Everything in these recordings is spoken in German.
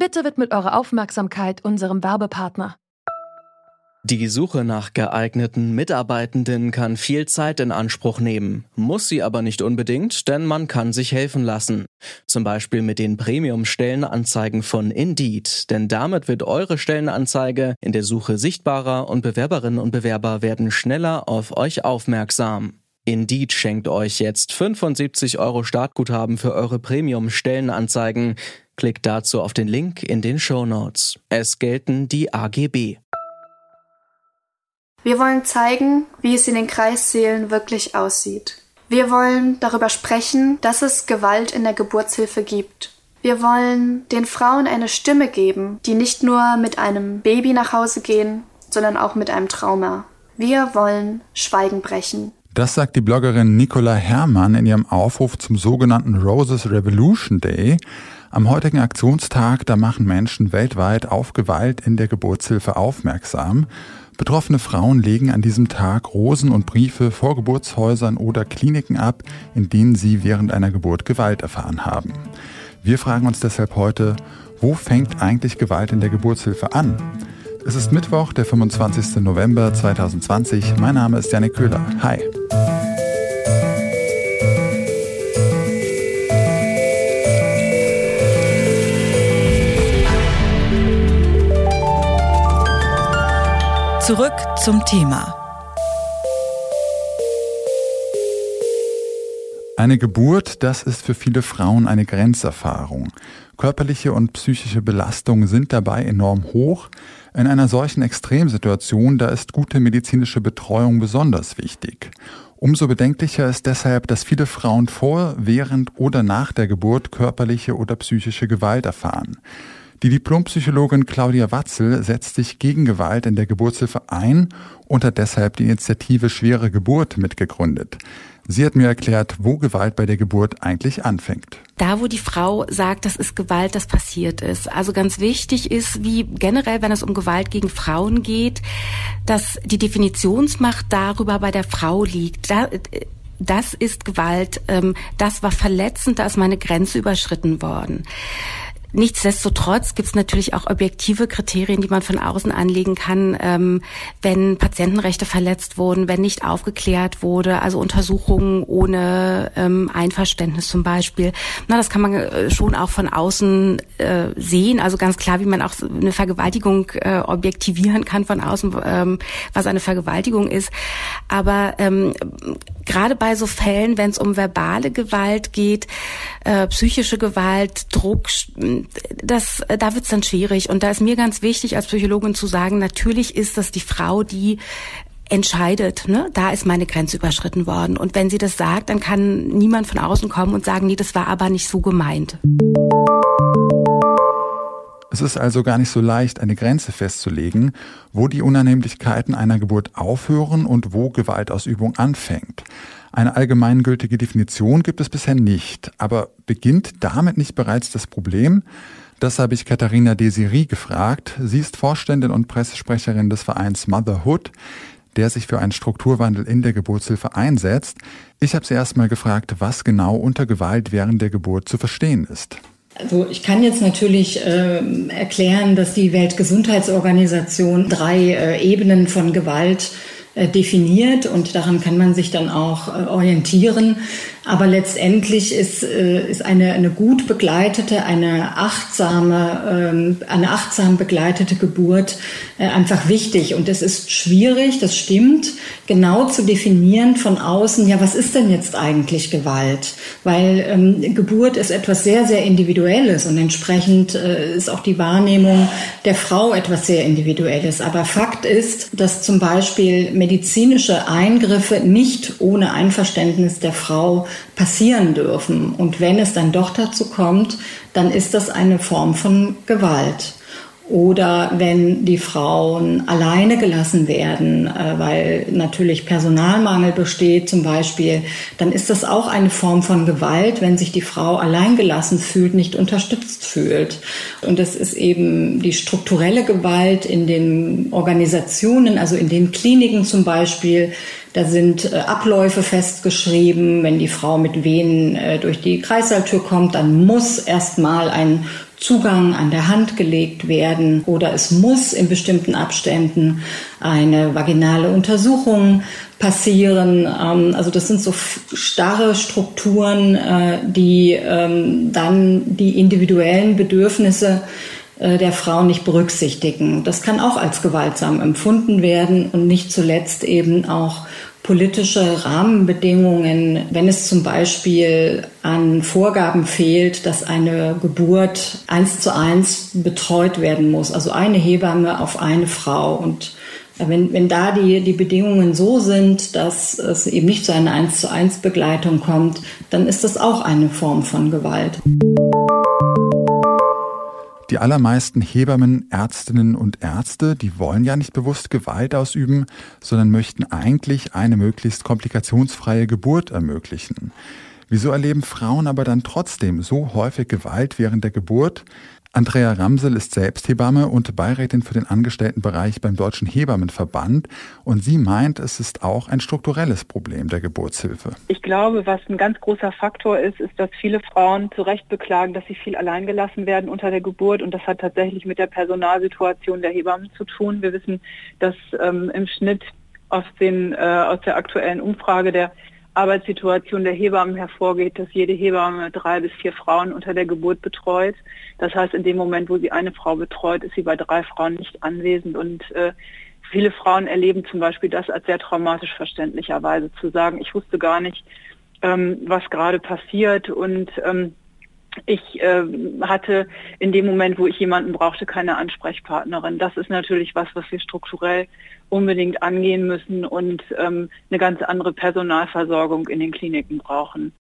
Bitte widmet eure Aufmerksamkeit unserem Werbepartner. Die Suche nach geeigneten Mitarbeitenden kann viel Zeit in Anspruch nehmen, muss sie aber nicht unbedingt, denn man kann sich helfen lassen. Zum Beispiel mit den Premium-Stellenanzeigen von Indeed, denn damit wird eure Stellenanzeige in der Suche sichtbarer und Bewerberinnen und Bewerber werden schneller auf euch aufmerksam. Indeed schenkt euch jetzt 75 € Startguthaben für eure Premium-Stellenanzeigen. Klickt dazu auf den Link in den Shownotes. Es gelten die AGB. Wir wollen zeigen, wie es in den Kreissälen wirklich aussieht. Wir wollen darüber sprechen, dass es Gewalt in der Geburtshilfe gibt. Wir wollen den Frauen eine Stimme geben, die nicht nur mit einem Baby nach Hause gehen, sondern auch mit einem Trauma. Wir wollen Schweigen brechen. Das sagt die Bloggerin Nicola Herrmann in ihrem Aufruf zum sogenannten Roses Revolution Day. Am heutigen Aktionstag, da machen Menschen weltweit auf Gewalt in der Geburtshilfe aufmerksam. Betroffene Frauen legen an diesem Tag Rosen und Briefe vor Geburtshäusern oder Kliniken ab, in denen sie während einer Geburt Gewalt erfahren haben. Wir fragen uns deshalb heute, wo fängt eigentlich Gewalt in der Geburtshilfe an? Es ist Mittwoch, der 25. November 2020. Mein Name ist Janik Köhler. Hi. Zurück zum Thema. Eine Geburt, das ist für viele Frauen eine Grenzerfahrung. Körperliche und psychische Belastungen sind dabei enorm hoch. In einer solchen Extremsituation, da ist gute medizinische Betreuung besonders wichtig. Umso bedenklicher ist deshalb, dass viele Frauen vor, während oder nach der Geburt körperliche oder psychische Gewalt erfahren. Die Diplompsychologin Claudia Watzel setzt sich gegen Gewalt in der Geburtshilfe ein und hat deshalb die Initiative Schwere Geburt mitgegründet. Sie hat mir erklärt, wo Gewalt bei der Geburt eigentlich anfängt. Da, wo die Frau sagt, das ist Gewalt, das passiert ist. Also ganz wichtig ist, wie generell, wenn es um Gewalt gegen Frauen geht, dass die Definitionsmacht darüber bei der Frau liegt. Das ist Gewalt, das war verletzend, da ist meine Grenze überschritten worden. Nichtsdestotrotz gibt es natürlich auch objektive Kriterien, die man von außen anlegen kann, wenn Patientenrechte verletzt wurden, wenn nicht aufgeklärt wurde, also Untersuchungen ohne Einverständnis zum Beispiel. Das kann man schon auch von außen sehen, also ganz klar, wie man auch eine Vergewaltigung objektivieren kann von außen, was eine Vergewaltigung ist. Aber gerade bei so Fällen, wenn es um verbale Gewalt geht, psychische Gewalt, Druck, da wird's dann schwierig. Und da ist mir ganz wichtig, als Psychologin zu sagen, natürlich ist das die Frau, die entscheidet, ne? Da ist meine Grenze überschritten worden. Und wenn sie das sagt, dann kann niemand von außen kommen und sagen, nee, das war aber nicht so gemeint. Es ist also gar nicht so leicht, eine Grenze festzulegen, wo die Unannehmlichkeiten einer Geburt aufhören und wo Gewaltausübung anfängt. Eine allgemeingültige Definition gibt es bisher nicht, aber beginnt damit nicht bereits das Problem? Das habe ich Katharina Desiri gefragt. Sie ist Vorständin und Pressesprecherin des Vereins Motherhood, der sich für einen Strukturwandel in der Geburtshilfe einsetzt. Ich habe sie erst mal gefragt, was genau unter Gewalt während der Geburt zu verstehen ist. Also ich kann jetzt natürlich erklären, dass die Weltgesundheitsorganisation 3 Ebenen von Gewalt definiert und daran kann man sich dann auch orientieren. Aber letztendlich ist eine gut begleitete, eine achtsam begleitete Geburt einfach wichtig. Und es ist schwierig, das stimmt, genau zu definieren von außen, ja, was ist denn jetzt eigentlich Gewalt? Weil Geburt ist etwas sehr, sehr Individuelles und entsprechend ist auch die Wahrnehmung der Frau etwas sehr Individuelles. Aber Fakt ist, dass zum Beispiel medizinische Eingriffe nicht ohne Einverständnis der Frau passieren dürfen. Und wenn es dann doch dazu kommt, dann ist das eine Form von Gewalt. Oder wenn die Frauen alleine gelassen werden, weil natürlich Personalmangel besteht zum Beispiel, dann ist das auch eine Form von Gewalt, wenn sich die Frau alleingelassen fühlt, nicht unterstützt fühlt. Und das ist eben die strukturelle Gewalt in den Organisationen, also in den Kliniken zum Beispiel. Da sind Abläufe festgeschrieben. Wenn die Frau mit Wehen durch die Kreissaaltür kommt, dann muss erstmal ein Zugang an der Hand gelegt werden oder es muss in bestimmten Abständen eine vaginale Untersuchung passieren. Also das sind so starre Strukturen, die dann die individuellen Bedürfnisse der Frau nicht berücksichtigen. Das kann auch als gewaltsam empfunden werden und nicht zuletzt eben auch politische Rahmenbedingungen, wenn es zum Beispiel an Vorgaben fehlt, dass eine Geburt 1:1 betreut werden muss, also eine Hebamme auf eine Frau. Und wenn da die Bedingungen so sind, dass es eben nicht zu einer 1:1 Begleitung kommt, dann ist das auch eine Form von Gewalt. Die allermeisten Hebammen, Ärztinnen und Ärzte, die wollen ja nicht bewusst Gewalt ausüben, sondern möchten eigentlich eine möglichst komplikationsfreie Geburt ermöglichen. Wieso erleben Frauen aber dann trotzdem so häufig Gewalt während der Geburt? Andrea Ramsel ist selbst Hebamme und Beirätin für den Angestelltenbereich beim Deutschen Hebammenverband. Und sie meint, es ist auch ein strukturelles Problem der Geburtshilfe. Ich glaube, was ein ganz großer Faktor ist, dass viele Frauen zu Recht beklagen, dass sie viel allein gelassen werden unter der Geburt. Und das hat tatsächlich mit der Personalsituation der Hebammen zu tun. Wir wissen, dass im Schnitt aus der aktuellen Umfrage der Arbeitssituation der Hebammen hervorgeht, dass jede Hebamme 3 bis 4 Frauen unter der Geburt betreut. Das heißt, in dem Moment, wo sie eine Frau betreut, ist sie bei 3 Frauen nicht anwesend. Und viele Frauen erleben zum Beispiel das als sehr traumatisch verständlicherweise, zu sagen, ich wusste gar nicht, was gerade passiert und ich hatte in dem Moment, wo ich jemanden brauchte, keine Ansprechpartnerin. Das ist natürlich was wir strukturell unbedingt angehen müssen und eine ganz andere Personalversorgung in den Kliniken brauchen.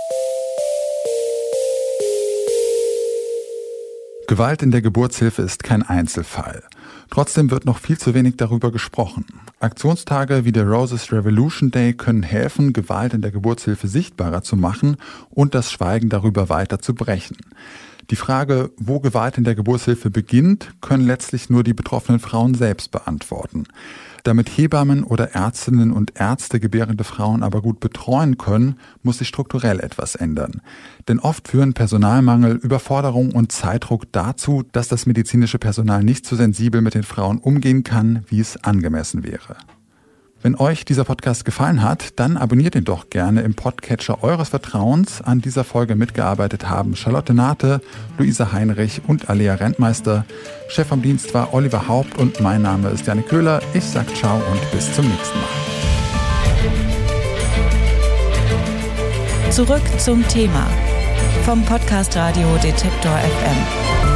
Gewalt in der Geburtshilfe ist kein Einzelfall. Trotzdem wird noch viel zu wenig darüber gesprochen. Aktionstage wie der Roses Revolution Day können helfen, Gewalt in der Geburtshilfe sichtbarer zu machen und das Schweigen darüber weiter zu brechen. Die Frage, wo Gewalt in der Geburtshilfe beginnt, können letztlich nur die betroffenen Frauen selbst beantworten. Damit Hebammen oder Ärztinnen und Ärzte gebärende Frauen aber gut betreuen können, muss sich strukturell etwas ändern. Denn oft führen Personalmangel, Überforderung und Zeitdruck dazu, dass das medizinische Personal nicht so sensibel mit den Frauen umgehen kann, wie es angemessen wäre. Wenn euch dieser Podcast gefallen hat, dann abonniert ihn doch gerne im Podcatcher eures Vertrauens. An dieser Folge mitgearbeitet haben Charlotte Nate, Luisa Heinrich und Alea Rentmeister. Chef vom Dienst war Oliver Haupt und mein Name ist Janne Köhler. Ich sag ciao und bis zum nächsten Mal. Zurück zum Thema vom Podcast Radio Detektor FM.